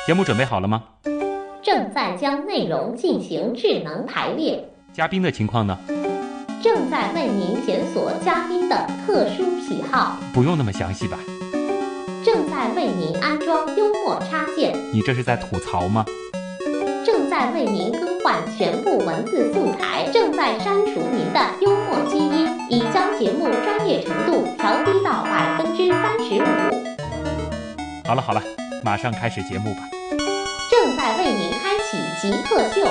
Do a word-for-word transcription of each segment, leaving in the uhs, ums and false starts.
节目准备好了吗？ 正在将内容进行智能排列。 嘉宾的情况呢？ 正在为您检索嘉宾的特殊喜好。 不用那么详细吧？ 正在为您安装幽默插件。 你这是在吐槽吗？ 正在为您更换全部文字素材。正在删除您的幽默基因，已将节目专业程度调低到百分之三十五。 好了好了，马上开始节目吧。 正在为您开启极客秀。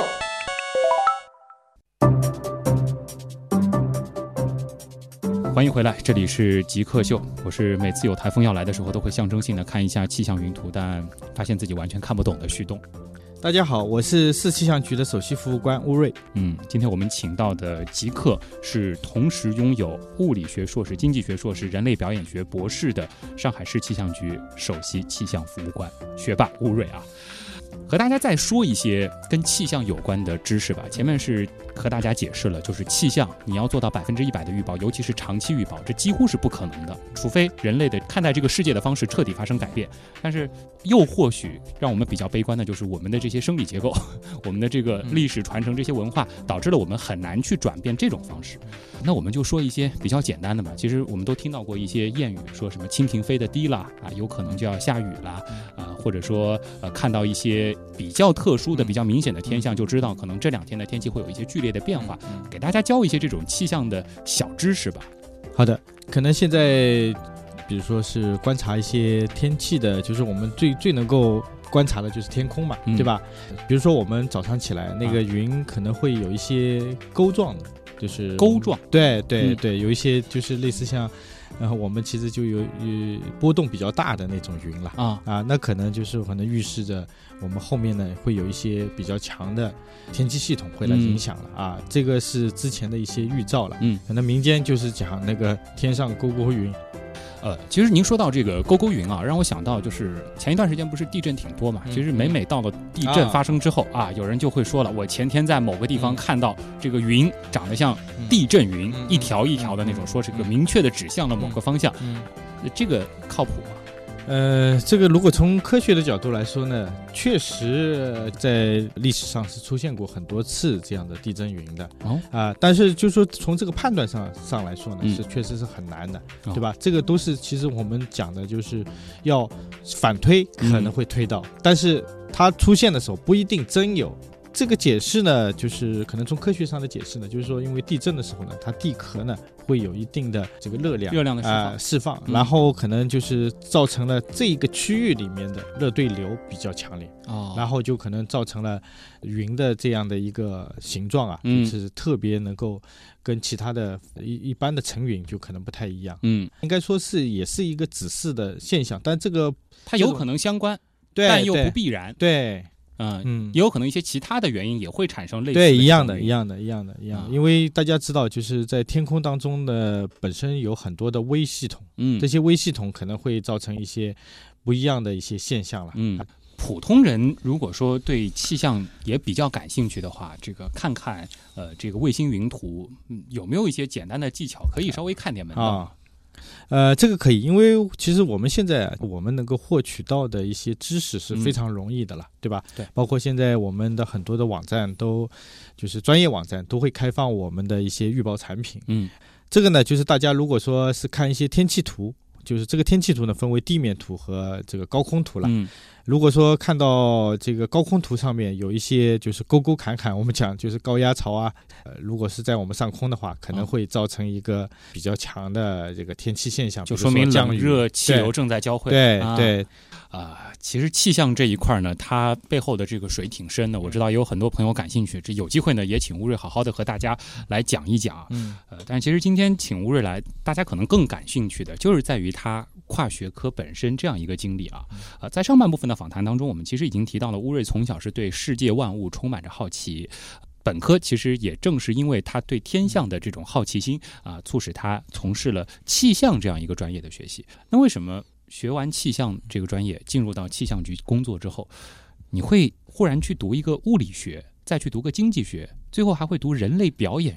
欢迎回来，这里是极客秀。我是每次有台风要来的时候都会象征性的看一下气象云图，但发现自己完全看不懂的旭东。 大家好，我是市气象局的首席服务官乌瑞。 嗯，今天我们请到的极客是同时拥有物理学硕士、经济学硕士、人类表演学博士的上海市气象局首席气象服务官学霸乌瑞啊。和大家再说一些跟气象有关的知识吧。前面是和大家解释了，就是气象你要做到百分之一百的预报，尤其是长期预报，这几乎是不可能的，除非人类的看待这个世界的方式彻底发生改变。但是又或许让我们比较悲观的就是我们的这些生理结构，我们的这个历史传承，这些文化导致了我们很难去转变这种方式。那我们就说一些比较简单的嘛。其实我们都听到过一些谚语，说什么蜻蜓飞得低啦啊，有可能就要下雨啦啊，或者说呃看到一些比较特殊的、比较明显的天象，就知道可能这两天的天气会有一些剧烈的变化，给大家教一些这种气象的小知识吧。 好的，可能现在比如说是观察一些天气的，就是我们最最能够观察的就是天空嘛，嗯、对吧？比如说我们早上起来，那个云可能会有一些钩状的，就是钩状， 对对对，有一些就是类似像。然后我们其实就有呃波动比较大的那种云了啊啊，那可能就是可能预示着我们后面呢会有一些比较强的天气系统会来影响了、嗯、啊，这个是之前的一些预兆了。嗯，可能民间就是讲那个天上勾勾云。 呃，其实您说到这个勾勾云啊，让我想到就是前一段时间不是地震挺多嘛？嗯、其实每每到了地震发生之后、嗯、啊，有人就会说了，我前天在某个地方看到这个云长得像地震云，嗯、一条一条的那种，说是个明确的指向了某个方向。嗯，嗯这个靠谱吗？ 呃，这个如果从科学的角度来说呢，确实在历史上是出现过很多次这样的地震云的啊、哦呃，但是就是说从这个判断上上来说呢，嗯、是确实是很难的，对吧？哦、这个都是其实我们讲的就是要反推可能会推到，嗯、但是它出现的时候不一定真有。这个解释呢，就是可能从科学上的解释呢，就是说，因为地震的时候呢，它地壳呢会有一定的这个热量， 热量的释放， 呃、释放，嗯、然后可能就是造成了这个区域里面的热对流比较强烈，哦，然后就可能造成了云的这样的一个形状啊，嗯、就是特别能够跟其他的一一般的层云就可能不太一样，嗯，应该说是也是一个指示的现象，但这个它有可能相关， 对， 但又不必然， 对。 嗯嗯，也有可能一些其他的原因也会产生类似的对一样的一样的一样的一样的、嗯，因为大家知道，就是在天空当中呢，本身有很多的微系统，嗯，这些微系统可能会造成一些不一样的一些现象了。 嗯，普通人如果说对气象也比较感兴趣的话，这个看看呃这个卫星云图，嗯，有没有一些简单的技巧可以稍微看点门道？啊呃，这个可以，因为其实我们现在我们能够获取到的一些知识是非常容易的了，嗯、对吧？ 对， 包括现在我们的很多的网站都，就是专业网站都会开放我们的一些预报产品。嗯，这个呢，就是大家如果说是看一些天气图，就是这个天气图呢分为地面图和这个高空图了。嗯。如果说看到这个高空图上面有一些就是沟沟坎坎，我们讲就是高压槽啊，呃，如果是在我们上空的话，可能会造成一个比较强的这个天气现象， 就说明冷热气流正在交汇。 对对啊、呃，其实气象这一块呢，它背后的这个水挺深的。我知道也有很多朋友感兴趣，这有机会呢，也请乌瑞好好的和大家来讲一讲。嗯，呃，但其实今天请乌瑞来，大家可能更感兴趣的就是在于他跨学科本身这样一个经历啊。呃，在上半部分的访谈当中，我们其实已经提到了乌瑞从小是对世界万物充满着好奇。本科其实也正是因为他对天象的这种好奇心啊、呃，促使他从事了气象这样一个专业的学习。那为什么学完气象这个专业，进入到气象局工作之后，你会忽然去读一个物理学，再去读个经济学，最后还会读人类表演学？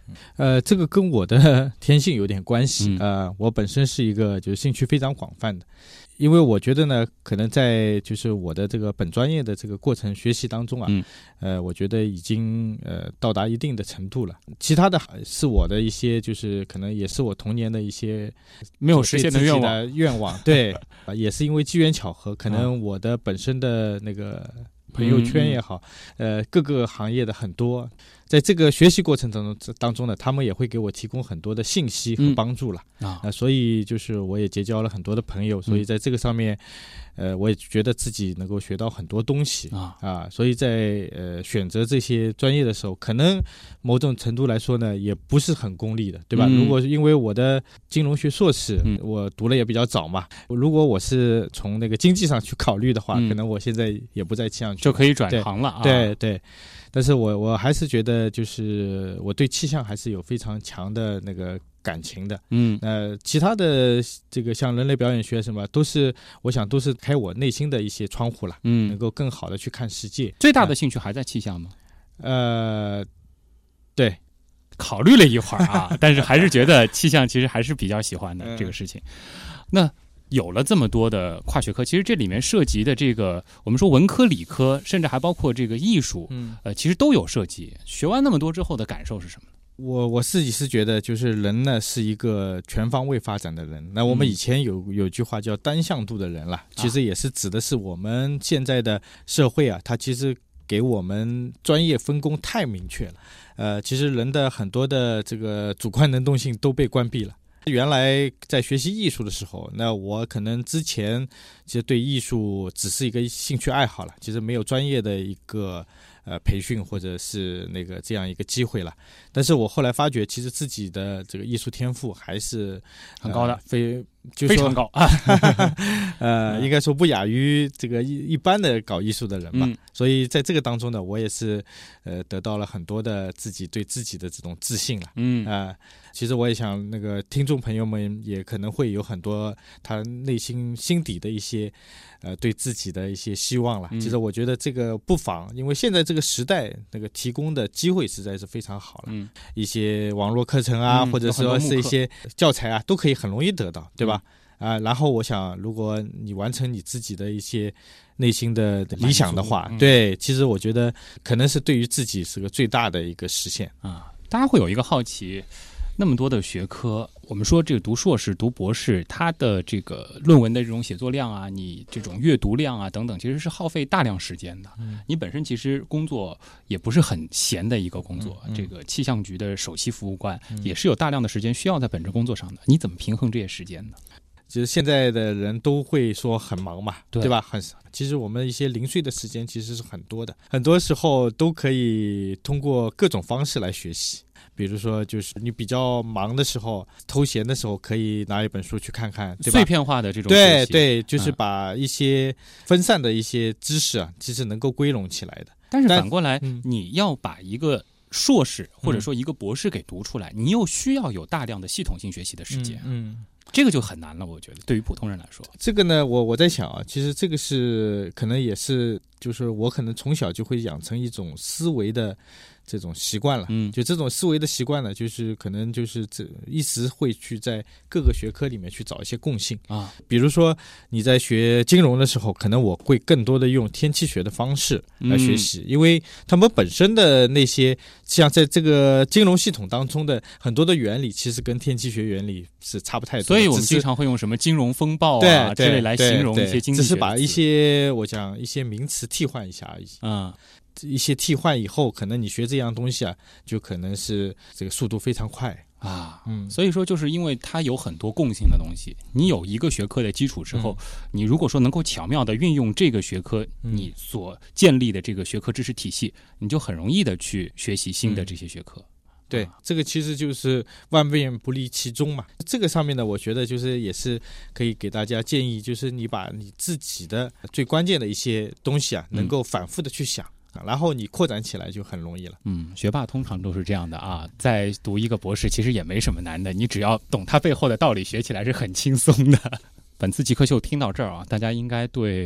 呃，这个跟我的天性有点关系。 嗯、 呃，我本身是一个就是兴趣非常广泛的。因为我觉得呢，可能在就是我的这个本专业的这个过程学习当中啊， 嗯、 呃，我觉得已经呃到达一定的程度了。其他的是我的一些，就是可能也是我童年的一些没有实现的愿望， 愿望对，也是因为机缘巧合，可能我的本身的那个朋友圈也好，嗯、呃，各个行业的很多。在这个学习过程当中当中呢，他们也会给我提供很多的信息和帮助了、 嗯、啊、 呃，所以就是我也结交了很多的朋友，所以在这个上面，呃，我也觉得自己能够学到很多东西啊啊，所以在呃选择这些专业的时候，可能某种程度来说呢，也不是很功利的，对吧？嗯、如果因为我的金融学硕士，嗯、我读了也比较早嘛，如果我是从那个经济上去考虑的话，嗯、可能我现在也不在气象局就可以转行了啊， 对 对, 对。但是我我还是觉得，就是我对气象还是有非常强的那个感情的。 嗯， 呃，其他的这个像人类表演学什么，都是我想都是开我内心的一些窗户了。嗯，能够更好的去看世界。 最大的兴趣还在气象吗？ 呃，对， 考虑了一会儿啊，但是还是觉得气象其实还是比较喜欢的、嗯、这个事情。那有了这么多的跨学科，其实这里面涉及的这个，我们说文科、理科，甚至还包括这个艺术，嗯，呃，其实都有涉及。学完那么多之后的感受是什么？ 我我自己是觉得，就是人呢是一个全方位发展的人。那我们以前有、嗯、有句话叫单向度的人了，其实也是指的是我们现在的社会啊，它其实给我们专业分工太明确了。呃，其实人的很多的这个主观能动性都被关闭了。原来在学习艺术的时候，那我可能之前其实对艺术只是一个兴趣爱好了，其实没有专业的一个呃培训或者是那个这样一个机会了。但是我后来发觉，其实自己的这个艺术天赋还是很高的， 呃、非就非常高啊， 呃，应该说不亚于这个一一般的搞艺术的人吧。嗯、所以在这个当中呢，我也是呃得到了很多的自己对自己的这种自信了。嗯啊、呃，其实我也想那个听众朋友们也可能会有很多他内心心底的一些呃对自己的一些希望了。嗯、其实我觉得这个不妨，因为现在这个时代那个提供的机会实在是非常好了。嗯、一些网络课程啊，嗯、或者说是一些教材啊，都可以很容易得到，对吧？嗯啊、呃，然后我想，如果你完成你自己的一些内心的理想的话，嗯、对，其实我觉得可能是对于自己是个最大的一个实现啊。大家会有一个好奇，那么多的学科，我们说这个读硕士、读博士，它的这个论文的这种写作量啊，你这种阅读量啊等等，其实是耗费大量时间的。嗯、你本身其实工作也不是很闲的一个工作，嗯嗯、这个气象局的首席服务官、嗯、也是有大量的时间需要在本职工作上的。你怎么平衡这些时间呢？ 其实现在的人都会说很忙嘛， 对, 对吧？很，其实我们一些零碎的时间其实是很多的，很多时候都可以通过各种方式来学习。比如说，就是你比较忙的时候、偷闲的时候，可以拿一本书去看看，对吧？ 碎片化的这种学习，对对，就是把一些分散的一些知识啊，其实能够归拢起来的。 但是反过来，嗯、你要把一个硕士或者说一个博士给读出来，嗯、你又需要有大量的系统性学习的时间。嗯。嗯，这个就很难了，我觉得对于普通人来说。 这个呢，我我在想啊，其实这个是可能也是，就是我可能从小就会养成一种思维的这种习惯了。嗯，就这种思维的习惯呢，就是可能就是这一直会去在各个学科里面去找一些共性啊。比如说你在学金融的时候，可能我会更多的用天气学的方式来学习，嗯、因为他们本身的那些像在这个金融系统当中的很多的原理，其实跟天气学原理是差不太多。 所以我们经常会用什么金融风暴啊之类来形容一些经济学， 只是把一些我讲一些名词替换一下而已。嗯，一些替换以后，可能你学这样东西啊，就可能是这个速度非常快啊。嗯，所以说就是因为它有很多共性的东西，你有一个学科的基础之后，嗯、你如果说能够巧妙的运用这个学科，嗯、你所建立的这个学科知识体系，你就很容易的去学习新的这些学科。嗯对，这个其实就是万变不离其宗嘛。这个上面呢，我觉得就是也是可以给大家建议，就是你把你自己的最关键的一些东西啊，能够反复的去想，嗯、然后你扩展起来就很容易了。 嗯，学霸通常都是这样的啊，在读一个博士其实也没什么难的，你只要懂它背后的道理，学起来是很轻松的。本次极客秀听到这儿啊，大家应该对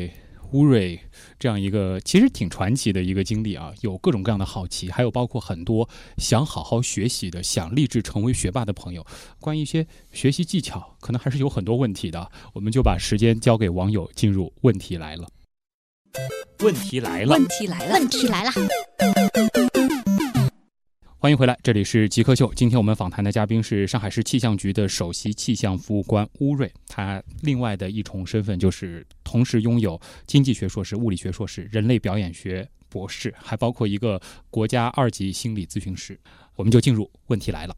乌瑞这样一个其实挺传奇的一个经历啊，有各种各样的好奇，还有包括很多想好好学习的、想立志成为学霸的朋友，关于一些学习技巧，可能还是有很多问题的。我们就把时间交给网友，进入问题来了。问题来了， 问题来了，问题来了。 欢迎回来，这里是极客秀。今天我们访谈的嘉宾是上海市气象局的首席气象服务官乌瑞，他另外的一重身份就是同时拥有经济学硕士、物理学硕士、人类表演学博士，还包括一个国家二级心理咨询师。我们就进入问题来了。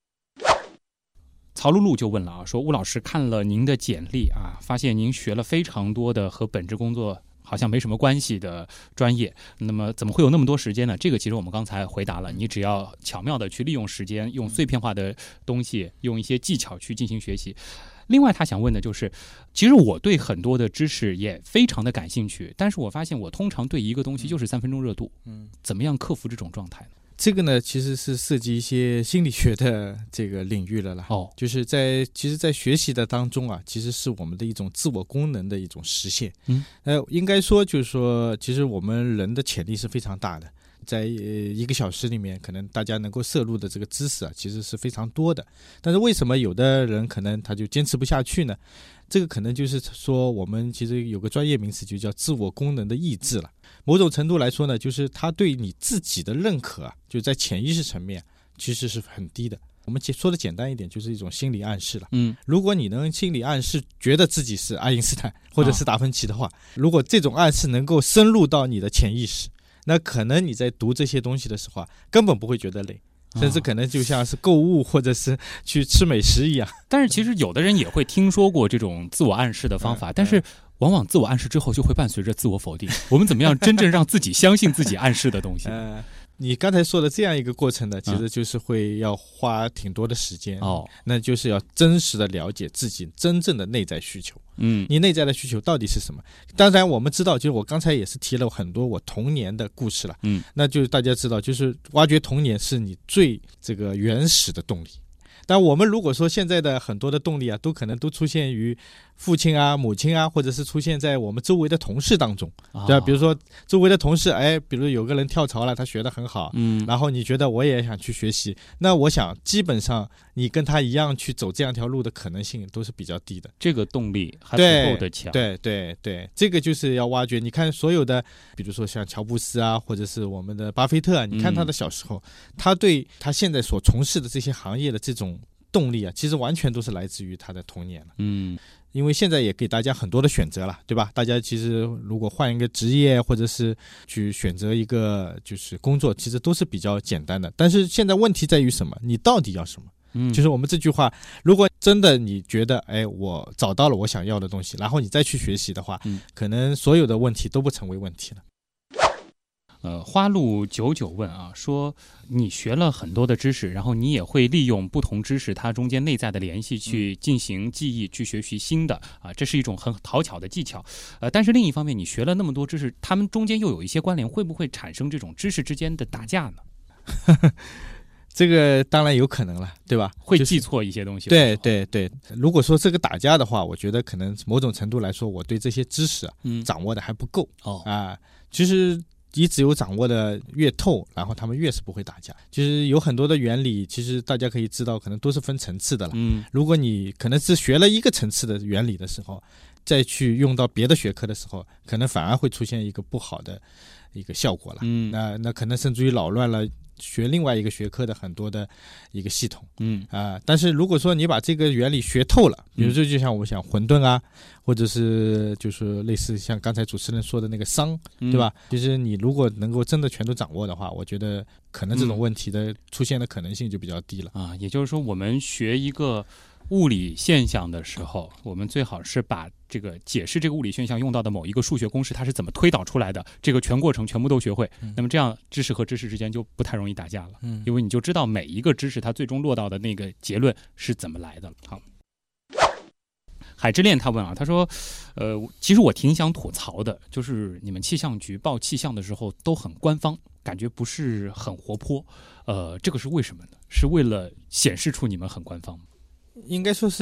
曹露露就问了啊，说乌老师看了您的简历啊，发现您学了非常多的和本职工作好像没什么关系的专业，那么怎么会有那么多时间呢？这个其实我们刚才回答了，你只要巧妙的去利用时间，用碎片化的东西，用一些技巧去进行学习。另外他想问的就是，其实我对很多的知识也非常的感兴趣，但是我发现我通常对一个东西就是三分钟热度，嗯，怎么样克服这种状态呢？ 这个呢，其实是涉及一些心理学的这个领域了啦。哦，就是在其实，在学习的当中啊，其实是我们的一种自我功能的一种实现。嗯，呃，应该说就是说，其实我们人的潜力是非常大的。在一个小时里面，可能大家能够摄入的这个知识啊，其实是非常多的。但是为什么有的人可能他就坚持不下去呢？这个可能就是说，我们其实有个专业名词就叫自我功能的抑制了。某种程度来说呢，就是他对你自己的认可啊，就在潜意识层面其实是很低的。我们说的简单一点，就是一种心理暗示了。嗯，如果你能心理暗示觉得自己是爱因斯坦或者是达芬奇的话，啊、如果这种暗示能够深入到你的潜意识，那可能你在读这些东西的时候啊，根本不会觉得累。甚至可能就像是购物或者是去吃美食一样。 但是其实有的人也会听说过这种自我暗示的方法，但是往往自我暗示之后就会伴随着自我否定。我们怎么样真正让自己相信自己暗示的东西？呃你刚才说的这样一个过程呢，其实就是会要花挺多的时间哦，那就是要真实的了解自己真正的内在需求。嗯，你内在的需求到底是什么？当然我们知道，就是我刚才也是提了很多我童年的故事了。嗯，那就是大家知道，就是挖掘童年是你最这个原始的动力。但我们如果说现在的很多的动力啊，都可能都出现于父亲啊、母亲啊，或者是出现在我们周围的同事当中，对吧？比如说周围的同事，哎，比如有个人跳槽了，他学得很好，嗯，然后你觉得我也想去学习，那我想基本上你跟他一样去走这样条路的可能性都是比较低的。 这个动力还不够的强。 对对 对, 对，这个就是要挖掘。你看所有的，比如说像乔布斯啊，或者是我们的巴菲特啊，你看他的小时候，嗯、他对他现在所从事的这些行业的这种动力啊，其实完全都是来自于他的童年了。嗯，因为现在也给大家很多的选择了，对吧？大家其实如果换一个职业，或者是去选择一个就是工作，其实都是比较简单的。但是现在问题在于什么？你到底要什么？嗯，就是我们这句话，如果真的你觉得，哎，我找到了我想要的东西，然后你再去学习的话，嗯，可能所有的问题都不成为问题了。 呃，花路九九问啊，说你学了很多的知识，然后你也会利用不同知识它中间内在的联系去进行记忆，去学习新的啊，这是一种很讨巧的技巧。呃，但是另一方面，你学了那么多知识，它们中间又有一些关联，会不会产生这种知识之间的打架呢？ 这个当然有可能了，对吧？ 会记错一些东西。 对对对，如果说这个打架的话，我觉得可能某种程度来说，我对这些知识啊、嗯、掌握的还不够。哦啊，其实。你只有掌握的越透，然后他们越是不会打架。就是有很多的原理，其实大家可以知道，可能都是分层次的了。嗯，如果你可能是学了一个层次的原理的时候，再去用到别的学科的时候，可能反而会出现一个不好的一个效果了。嗯，那那可能甚至于扰乱了学另外一个学科的很多的一个系统。嗯啊、呃，但是如果说你把这个原理学透了，比如说就像我们讲混沌啊，或者是就是类似像刚才主持人说的那个熵，对吧？其实你如果能够真的全都掌握的话，我觉得可能这种问题的出现的可能性就比较低了。 啊，也就是说我们学一个物理现象的时候，我们最好是把这个解释这个物理现象用到的某一个数学公式它是怎么推导出来的，这个全过程全部都学会、嗯、那么这样知识和知识之间就不太容易打架了、嗯、因为你就知道每一个知识它最终落到的那个结论是怎么来的了。好，海之恋他问啊，他说呃，其实我挺想吐槽的，就是你们气象局报气象的时候都很官方，感觉不是很活泼，呃，这个是为什么呢？是为了显示出你们很官方吗？ 应该说是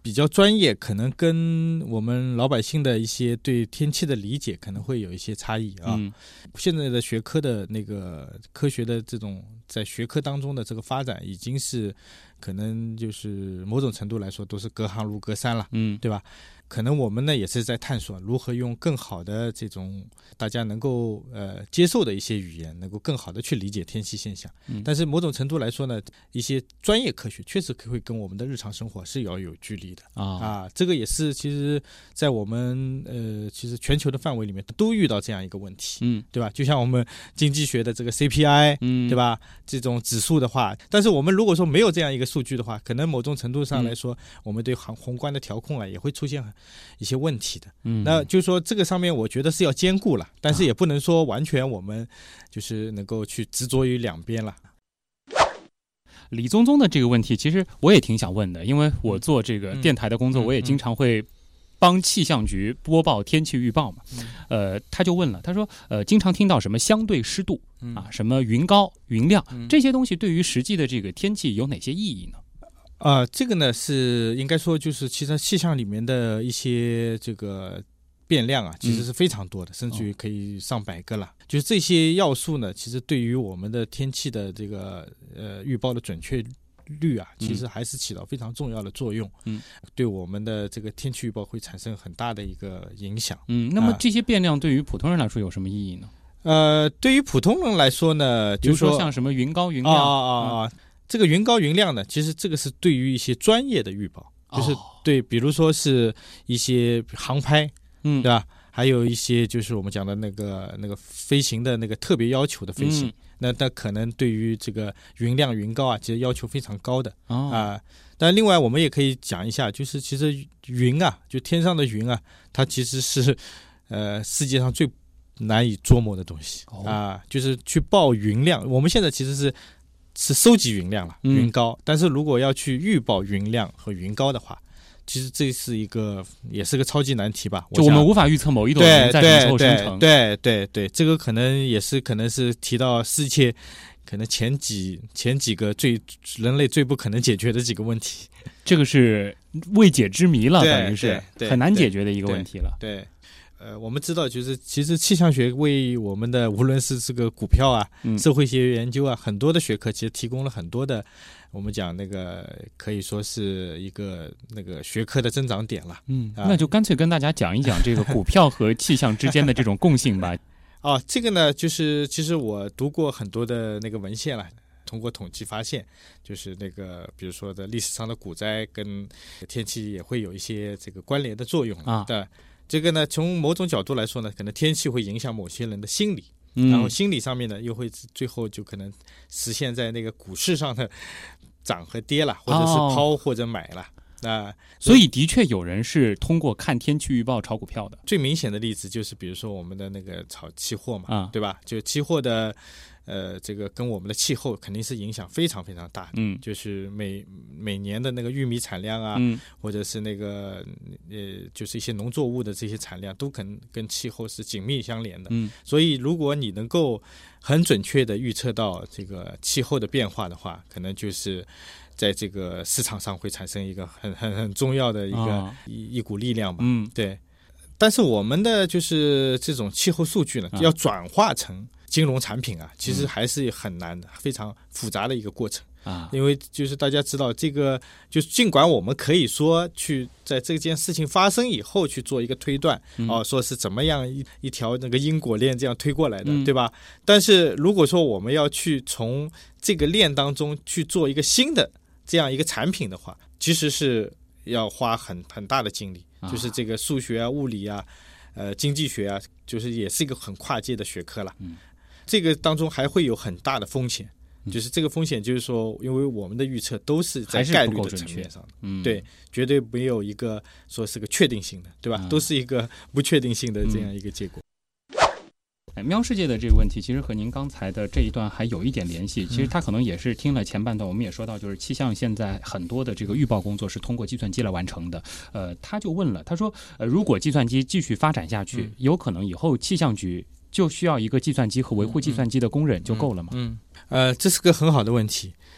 比较专业，可能跟我们老百姓的一些对天气的理解可能会有一些差异啊。嗯、现在的学科的那个科学的这种在学科当中的这个发展，已经是可能就是某种程度来说都是隔行如隔山了，嗯，对吧？可能我们呢也是在探索如何用更好的这种大家能够呃接受的一些语言，能够更好的去理解天气现象。嗯、但是某种程度来说呢，一些专业科学确实会跟我们的日常生活是要有距离的啊啊，这个也是其实在我们呃其实全球的范围里面都遇到这样一个问题，嗯，对吧？就像我们经济学的这个 C P I， 嗯，对吧？这种指数的话，但是我们如果说没有这样一个数据的话，可能某种程度上来说，嗯、我们对宏宏观的调控啊也会出现一些问题的。嗯，那就是说这个上面我觉得是要兼顾了，但是也不能说完全我们就是能够去执着于两边了。 李宗宗的这个问题其实我也挺想问的，因为我做这个电台的工作，我也经常会帮气象局播报天气预报嘛。呃，他就问了，他说呃经常听到什么相对湿度啊，什么云高云量，这些东西对于实际的这个天气有哪些意义呢？ 啊、呃，这个呢是应该说就是其实气象里面的一些这个变量啊，其实是非常多的，嗯、甚至于可以上百个了。哦、就是这些要素呢，其实对于我们的天气的这个呃预报的准确率啊，其实还是起到非常重要的作用。嗯，对我们的这个天气预报会产生很大的一个影响。 嗯，那么这些变量对于普通人来说有什么意义呢？ 呃，对于普通人来说呢， 比如说像什么云高云量啊啊啊。嗯这个云高云量呢，其实这个是对于一些专业的预报，就是对，比如说是一些航拍，嗯，对吧？还有一些就是我们讲的那个那个飞行的那个特别要求的飞行，嗯、那那可能对于这个云量云高啊，其实要求非常高的啊、哦呃。但另外我们也可以讲一下，就是其实云啊，就天上的云啊，它其实是呃世界上最难以捉摸的东西啊、哦呃，就是去报云量，我们现在其实是。是收集云量了，云高、嗯，但是如果要去预报云量和云高的话，其实这是一个也是个超级难题吧？ 就我们无法预测某一朵云在什么时候生成。 对对 对, 对, 对，这个可能也是可能是提到世界可能前几前几个最人类最不可能解决的几个问题。 这个是未解之谜了，等于是很难解决的一个问题了。 对。对呃，我们知道，就是其实气象学为我们的无论是这个股票啊、嗯、社会学研究啊，很多的学科其实提供了很多的，我们讲那个可以说是一个那个学科的增长点了。 嗯，啊、那就干脆跟大家讲一讲这个股票和气象之间的这种共性吧。 哦，这个呢，就是其实我读过很多的那个文献了。通过统计发现，就是那个比如说的历史上的股灾跟天气也会有一些这个关联的作用啊。对。这个呢，从某种角度来说呢，可能天气会影响某些人的心理，嗯、然后心理上面呢，又会最后就可能实现在那个股市上的涨和跌了，或者是抛或者买了。哦、那所以的确有人是通过看天气预报炒股票的。 最明显的例子就是，比如说我们的那个炒期货嘛，啊、对吧？就期货的。呃，这个跟我们的气候肯定是影响非常非常大的，嗯，就是每每年的那个玉米产量啊，嗯，或者是那个呃，就是一些农作物的这些产量，都可能跟气候是紧密相连的，嗯，所以如果你能够很准确的预测到这个气候的变化的话，可能就是在这个市场上会产生一个很很很重要的一个、哦、一一股力量吧，嗯，对。但是我们的就是这种气候数据呢，要转化成金融产品啊，其实还是很难的，嗯、非常复杂的一个过程啊。因为就是大家知道，这个就尽管我们可以说去在这件事情发生以后去做一个推断，嗯、哦，说是怎么样一一条那个因果链这样推过来的，嗯、对吧？但是如果说我们要去从这个链当中去做一个新的这样一个产品的话，其实是要花很很大的精力。就是这个数学啊、物理啊、呃经济学啊，就是也是一个很跨界的学科了。嗯，这个当中还会有很大的风险，嗯、就是这个风险就是说，因为我们的预测都是在概率的层面上的，嗯，对，绝对没有一个说是个确定性的，对吧？嗯、都是一个不确定性的这样一个结果。 哎，喵世界的这个问题其实和您刚才的这一段还有一点联系。其实他可能也是听了前半段，我们也说到，就是气象现在很多的这个预报工作是通过计算机来完成的。呃，他就问了，他说，呃，如果计算机继续发展下去，有可能以后气象局就需要一个计算机和维护计算机的工人就够了吗？ 嗯，嗯呃，这是个很好的问题。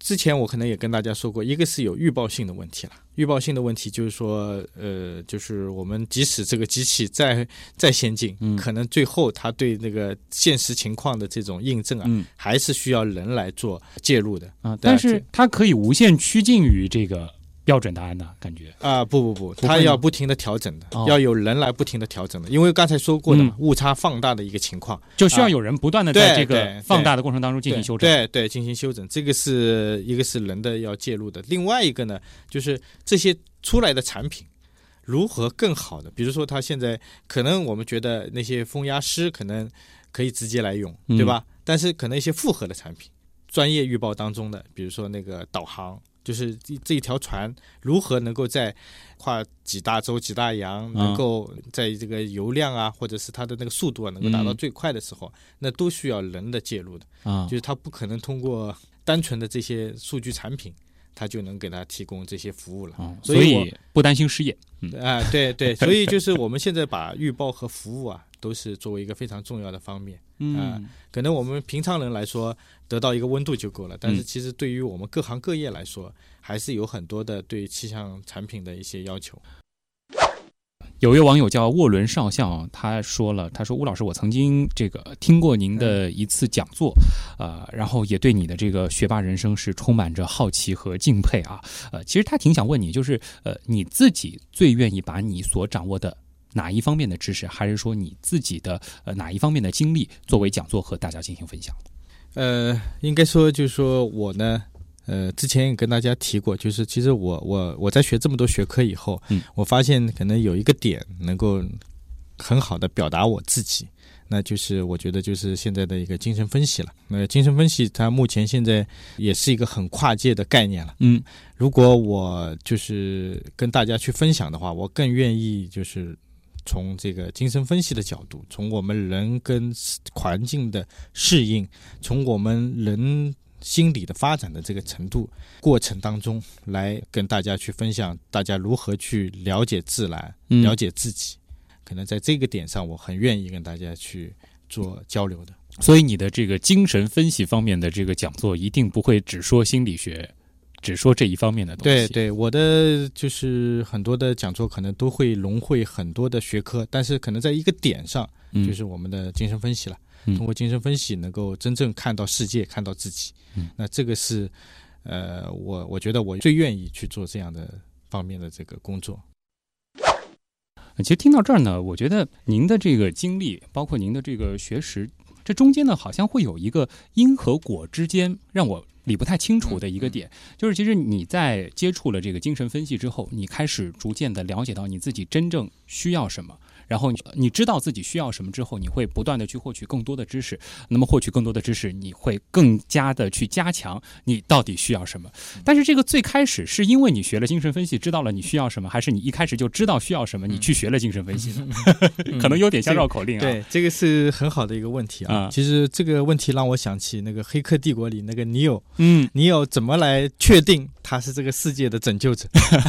之前我可能也跟大家说过，一个是有预报性的问题了。预报性的问题就是说，呃，就是我们即使这个机器再再先进，嗯，可能最后它对那个现实情况的这种印证啊，嗯，还是需要人来做介入的啊。但是它可以无限趋近于这个标准答案的感觉啊？不不不，它要不停的调整的，哦，要有人来不停的调整的，因为刚才说过的嘛，嗯，误差放大的一个情况， 就需要有人不断的在这个放大的过程当中进行修正。 对 对, 对, 对，进行修整，这个是一个是人的要介入的，另外一个呢，就是这些出来的产品如何更好的，比如说它现在可能我们觉得那些风压师可能可以直接来用，对吧？嗯，但是可能一些复合的产品，专业预报当中的，比如说那个导航。就是这一条船如何能够在跨几大洲几大洋，能够在这个油量啊，或者是它的那个速度啊，能够达到最快的时候，嗯，那都需要人的介入的啊。就是它不可能通过单纯的这些数据产品，它就能给它提供这些服务了。 哦，所以我不担心失业。 嗯，啊，对对，所以就是我们现在把预报和服务啊，都是作为一个非常重要的方面。嗯，呃，可能我们平常人来说得到一个温度就够了，但是其实对于我们各行各业来说，还是有很多的对气象产品的一些要求。 有一位网友叫沃伦少校，他说了，他说吴老师，我曾经这个听过您的一次讲座，呃，然后也对你的这个学霸人生是充满着好奇和敬佩啊。呃，其实他挺想问你，就是呃，你自己最愿意把你所掌握的哪一方面的知识，还是说你自己的呃哪一方面的经历作为讲座和大家进行分享？ 呃，应该说就是说我呢。呃，之前也跟大家提过，就是其实我我我在学这么多学科以后，嗯，我发现可能有一个点能够很好的表达我自己，那就是我觉得就是现在的一个精神分析了。那精神分析它目前现在也是一个很跨界的概念了，嗯，如果我就是跟大家去分享的话，我更愿意就是从这个精神分析的角度，从我们人跟环境的适应，从我们人心理的发展的这个程度过程当中，来跟大家去分享大家如何去了解自然，嗯，了解自己。可能在这个点上我很愿意跟大家去做交流的。 所以你的这个精神分析方面的这个讲座一定不会只说心理学，只说这一方面的东西。 对对，我的就是很多的讲座可能都会融汇很多的学科，但是可能在一个点上，就是我们的精神分析了，嗯，通过精神分析能够真正看到世界，看到自己。嗯，那这个是呃，我我觉得我最愿意去做这样的方面的这个工作。 其实听到这儿呢，我觉得您的这个经历，包括您的这个学识，这中间呢好像会有一个因和果之间让我理不太清楚的一个点，就是其实你在接触了这个精神分析之后，你开始逐渐的了解到你自己真正需要什么，然后你知道自己需要什么之后，你会不断的去获取更多的知识，那么获取更多的知识，你会更加的去加强你到底需要什么。但是这个最开始是因为你学了精神分析知道了你需要什么，还是你一开始就知道需要什么你去学了精神分析呢？可能有点像绕口令啊。 对，这个是很好的一个问题啊。其实这个问题让我想起那个黑客帝国里那个尼欧，嗯，尼欧怎么来确定他是这个世界的拯救者？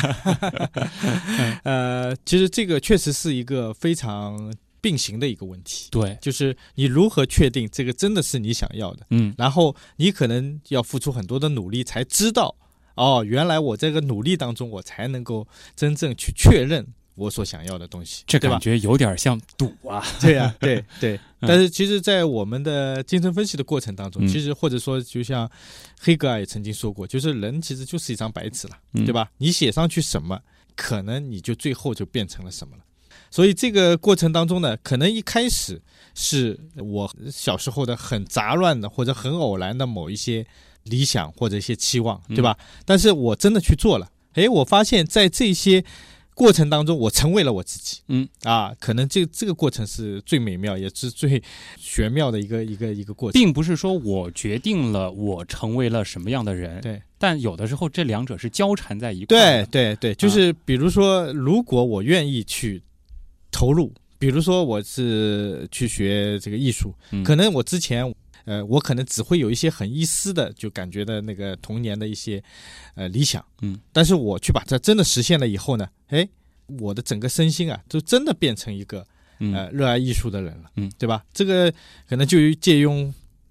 呃，其实这个确实是一个非常并行的一个问题。 对， 就是你如何确定这个真的是你想要的？嗯，然后你可能要付出很多的努力才知道，哦，原来我这个努力当中，我才能够真正去确认我所想要的东西。 这感觉有点像赌啊。 对呀、啊，对对。但是其实在我们的精神分析的过程当中，嗯，其实或者说就像黑格尔也曾经说过，就是人其实就是一张白纸了，嗯，对吧？你写上去什么，可能你就最后就变成了什么了。所以这个过程当中呢，可能一开始是我小时候的很杂乱的或者很偶然的某一些理想或者一些期望，对吧？嗯，但是我真的去做了，诶，我发现在这些过程当中我成为了我自己。嗯啊，可能这这个过程是最美妙也是最玄妙的一个一个一个过程， 并不是说我决定了我成为了什么样的人。 对， 但有的时候这两者是交缠在一块的。 对对对，就是比如说，如果我愿意去投入，比如说我是去学这个艺术，嗯，可能我之前呃，我可能只会有一些很一丝的就感觉的那个童年的一些呃理想，嗯，但是我去把它真的实现了以后呢，哎，我的整个身心啊，就真的变成一个呃热爱艺术的人了，嗯，对吧？这个可能就借用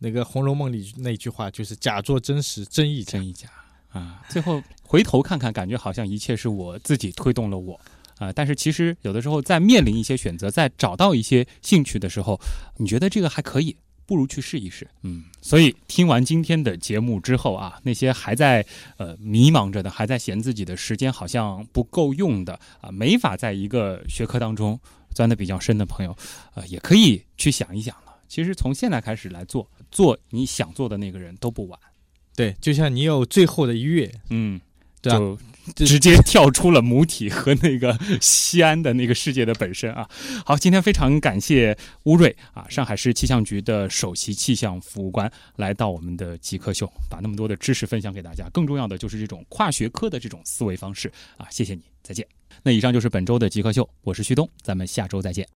那个《红楼梦》里那句话就是假作真实，真亦假， 真亦假啊。最后回头看看，感觉好像一切是我自己推动了我啊。但是其实有的时候在面临一些选择，在找到一些兴趣的时候，你觉得这个还可以，不如去试一试。嗯，所以听完今天的节目之后啊，那些还在呃迷茫着的，还在嫌自己的时间好像不够用的啊，没法在一个学科当中钻得比较深的朋友，呃，也可以去想一想了。其实从现在开始来做，做你想做的那个人都不晚。 对，就像你有最后的一跃， 嗯， 对吧？ 就直接跳出了母体和那个西安的那个世界的本身啊。好，今天非常感谢乌瑞啊，上海市气象局的首席气象服务官来到我们的极客秀，把那么多的知识分享给大家。更重要的就是这种跨学科的这种思维方式啊，谢谢你，再见。那以上就是本周的极客秀，我是旭东，咱们下周再见。